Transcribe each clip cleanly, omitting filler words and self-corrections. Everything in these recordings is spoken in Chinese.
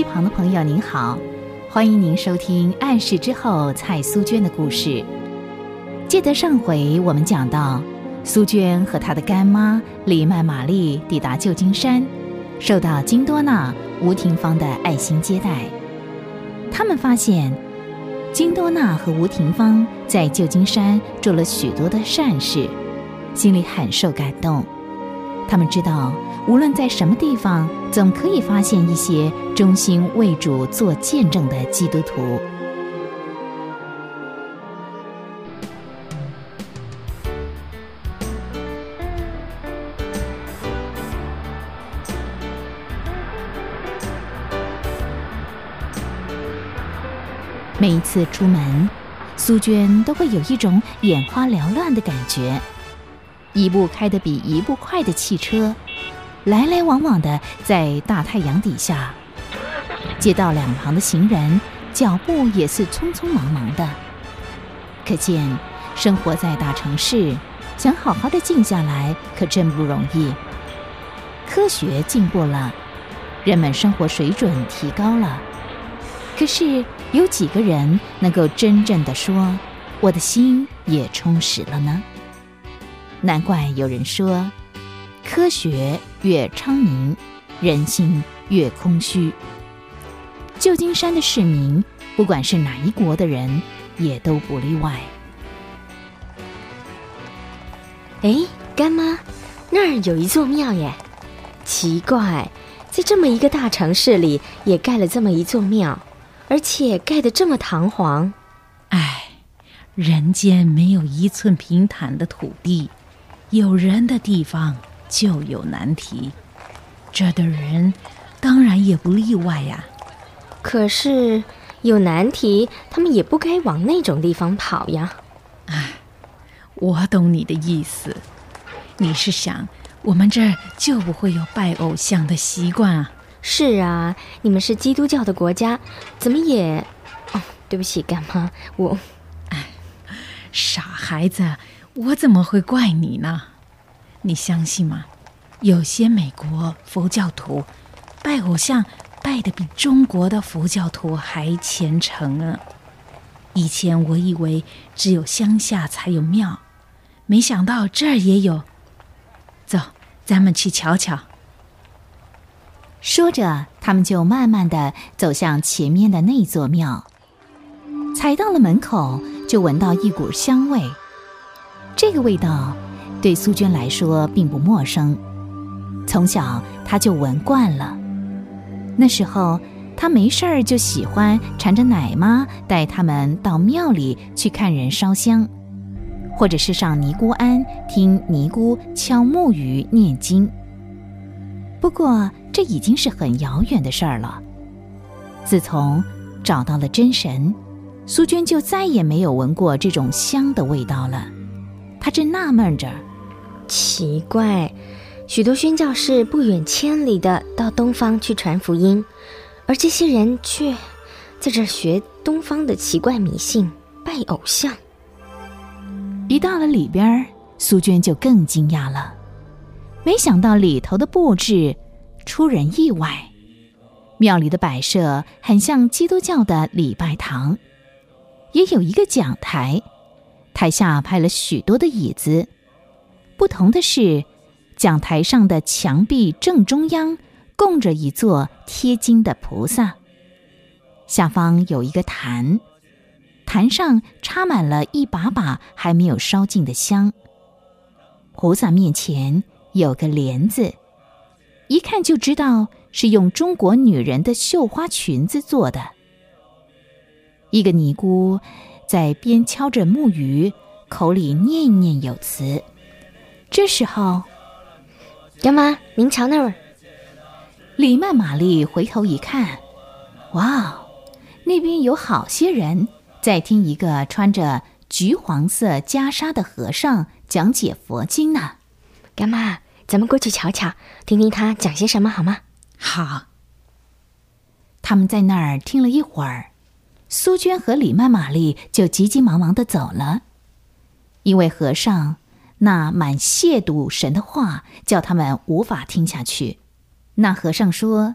机旁的朋友您好，欢迎您收听暗示之后蔡苏娟的故事。记得上回我们讲到，苏娟和她的干妈李曼玛丽抵达旧金山，受到金多娜、吴廷芳的爱心接待。他们发现金多娜和吴廷芳在旧金山做了许多的善事，心里很受感动。他们知道无论在什么地方，总可以发现一些忠心为主做见证的基督徒。每一次出门，苏娟都会有一种眼花缭乱的感觉，一部开得比一部快的汽车来来往往的在大太阳底下，街道两旁的行人脚步也是匆匆忙忙的。可见生活在大城市，想好好的静下来可真不容易。科学进步了，人们生活水准提高了，可是有几个人能够真正的说我的心也充实了呢？难怪有人说，科学越昌明，人心越空虚。旧金山的市民，不管是哪一国的人，也都不例外。 哎，干妈，那儿有一座庙耶！奇怪，在这么一个大城市里，也盖了这么一座庙，而且盖得这么堂皇。 唉，人间没有一寸平坦的土地，有人的地方就有难题，这的人当然也不例外呀。 可是有难题，他们也不该往那种地方跑呀。 唉，我懂你的意思，你是想我们这儿就不会有拜偶像的习惯啊？ 是啊，你们是基督教的国家，怎么也……哦，对不起，干妈，我…… 唉，傻孩子，我怎么会怪你呢？你相信吗？有些美国佛教徒拜偶像拜得比中国的佛教徒还虔诚啊！以前我以为只有乡下才有庙，没想到这儿也有。走，咱们去瞧瞧。 说着，他们就慢慢地走向前面的那座庙。踩到了门口，就闻到一股香味。这个味道对苏娟来说并不陌生，从小她就闻惯了。那时候她没事儿就喜欢缠着奶妈带他们到庙里去看人烧香，或者是上尼姑庵听尼姑敲木鱼念经。不过这已经是很遥远的事儿了。自从找到了真神，苏娟就再也没有闻过这种香的味道了。她正纳闷着， 奇怪，许多宣教士不远千里的到东方去传福音，而这些人却在这学东方的奇怪迷信，拜偶像。 一到了里边，苏娟就更惊讶了。没想到里头的布置出人意外，庙里的摆设很像基督教的礼拜堂，也有一个讲台，台下排了许多的椅子。不同的是，讲台上的墙壁正中央供着一座贴金的菩萨，下方有一个坛，坛上插满了一把把还没有烧尽的香。菩萨面前有个帘子，一看就知道是用中国女人的绣花裙子做的。一个尼姑在边敲着木鱼，口里念念有词。这时候， 干妈，您瞧那儿。 李曼玛丽回头一看，哇，那边有好些人在听一个穿着橘黄色袈裟的和尚讲解佛经呢。 干妈，咱们过去瞧瞧，听听他讲些什么好吗？ 好。 他们在那儿听了一会儿，苏娟和李曼玛丽就急急忙忙地走了，因为和尚那满亵渎神的话叫他们无法听下去。那和尚说，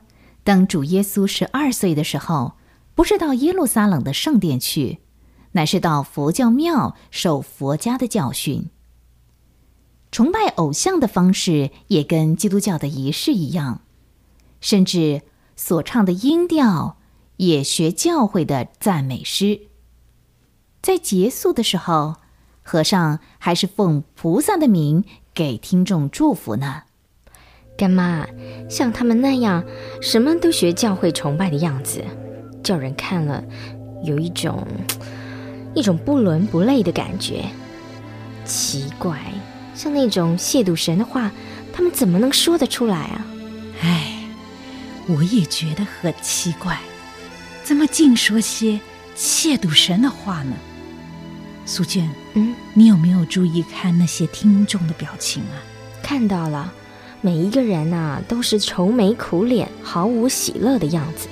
当主耶稣12岁的时候，不是到耶路撒冷的圣殿去，乃是到佛教庙受佛家的教训。崇拜偶像的方式也跟基督教的仪式一样，甚至所唱的音调也学教会的赞美诗。在结束的时候，和尚还是奉菩萨的名给听众祝福呢。 干妈，像他们那样什么都学教会崇拜的样子，叫人看了有一种不伦不类的感觉。奇怪，像那种亵渎神的话，他们怎么能说得出来啊？ 我也觉得很奇怪，怎么净说些亵渎神的话呢？苏娟，你有没有注意看那些听众的表情啊？ 看到了，每一个人啊都是愁眉苦脸，毫无喜乐的样子。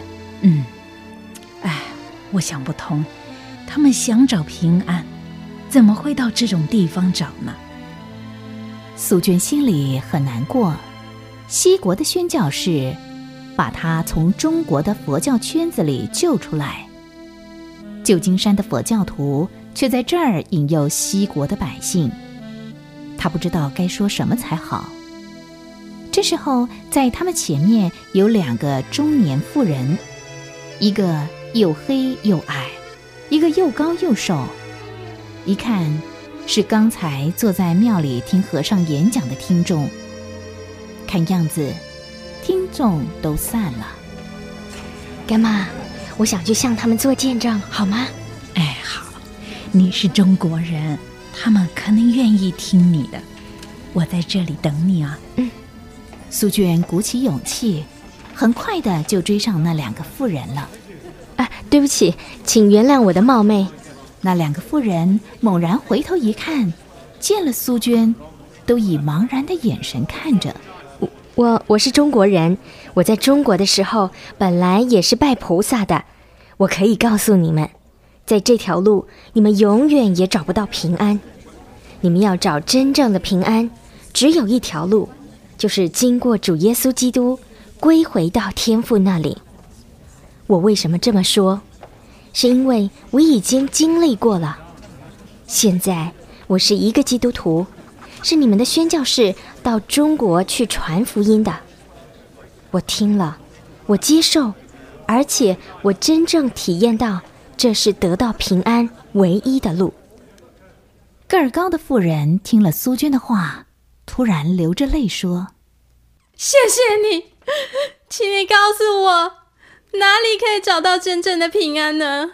我想不通，他们想找平安，怎么会到这种地方找呢？ 苏娟心里很难过，西国的宣教士把他从中国的佛教圈子里救出来，旧金山的佛教徒却在这儿引诱西国的百姓，他不知道该说什么才好。这时候，在他们前面有2个中年妇人，一个又黑又矮，一个又高又瘦，一看是刚才坐在庙里听和尚演讲的听众。看样子听众都散了。 干妈，我想去向他们做见证，好吗？ 好，你是中国人，他们可能愿意听你的，我在这里等你啊。 苏娟鼓起勇气，很快的就追上那2个妇人了。 对不起，请原谅我的冒昧。 那2个妇人猛然回头一看，见了苏娟，都以茫然的眼神看着。 我是中国人，我在中国的时候本来也是拜菩萨的。我可以告诉你们，在这条路你们永远也找不到平安。你们要找真正的平安，只有一条路，就是经过主耶稣基督，归回到天父那里。我为什么这么说？是因为我已经经历过了。现在我是一个基督徒，是你们的宣教士到中国去传福音的。我听了，我接受，而且我真正体验到，这是得到平安唯一的路。 个儿高的妇人听了苏娟的话，突然流着泪说： 谢谢你，请你告诉我，哪里可以找到真正的平安呢？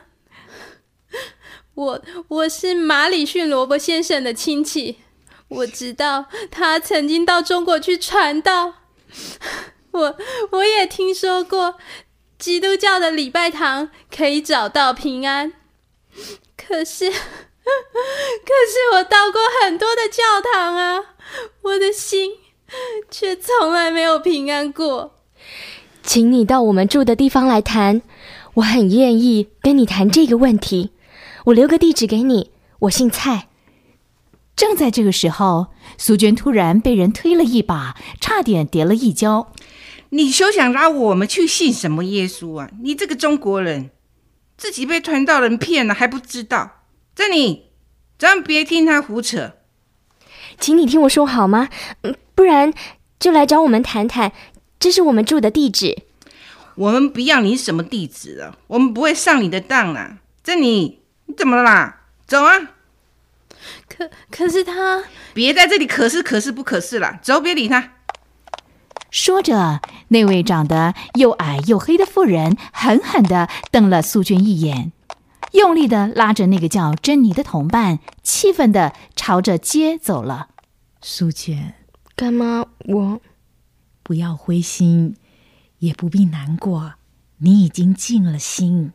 我是马里逊罗伯先生的亲戚，我知道他曾经到中国去传道。我也听说过基督教的礼拜堂可以找到平安，可是我到过很多的教堂啊，我的心却从来没有平安过。 请你到我们住的地方来谈，我很愿意跟你谈这个问题。我留个地址给你，我姓蔡。 正在这个时候，苏娟突然被人推了一把，差点跌了一跤。 你休想拉我们去信什么耶稣啊！你这个中国人，自己被传道人骗了还不知道。咱别听他胡扯。 请你听我说好吗？不然就来找我们谈谈，这是我们住的地址。 我们不要你什么地址了，我们不会上你的当啦。你怎么了啦？走啊！ 可是他…… 别在这里可是不可是啦，走，别理他。 说着，那位长得又矮又黑的妇人狠狠地瞪了苏娟一眼，用力地拉着那个叫珍妮的同伴，气愤地朝着街走了。 苏娟， 干妈，我不要灰心，也不必难过，你已经尽了心。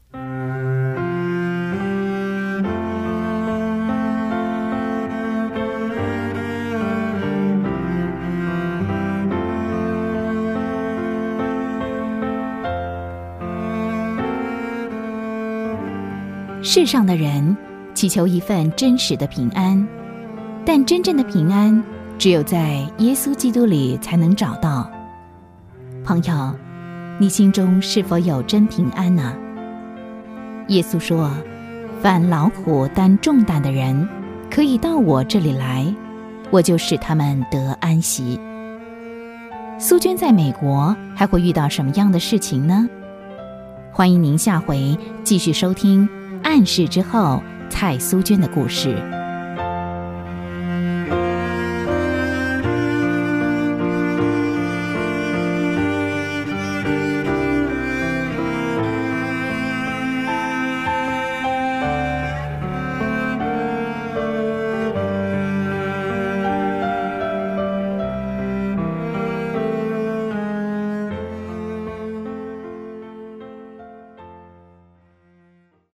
世上的人祈求一份真实的平安，但真正的平安只有在耶稣基督里才能找到。朋友， 你心中是否有真平安呢？耶稣说，凡劳苦担重担的人，可以到我这里来，我就使他们得安息。苏娟在美国还会遇到什么样的事情呢？欢迎您下回继续收听《暗示之后》蔡苏娟的故事。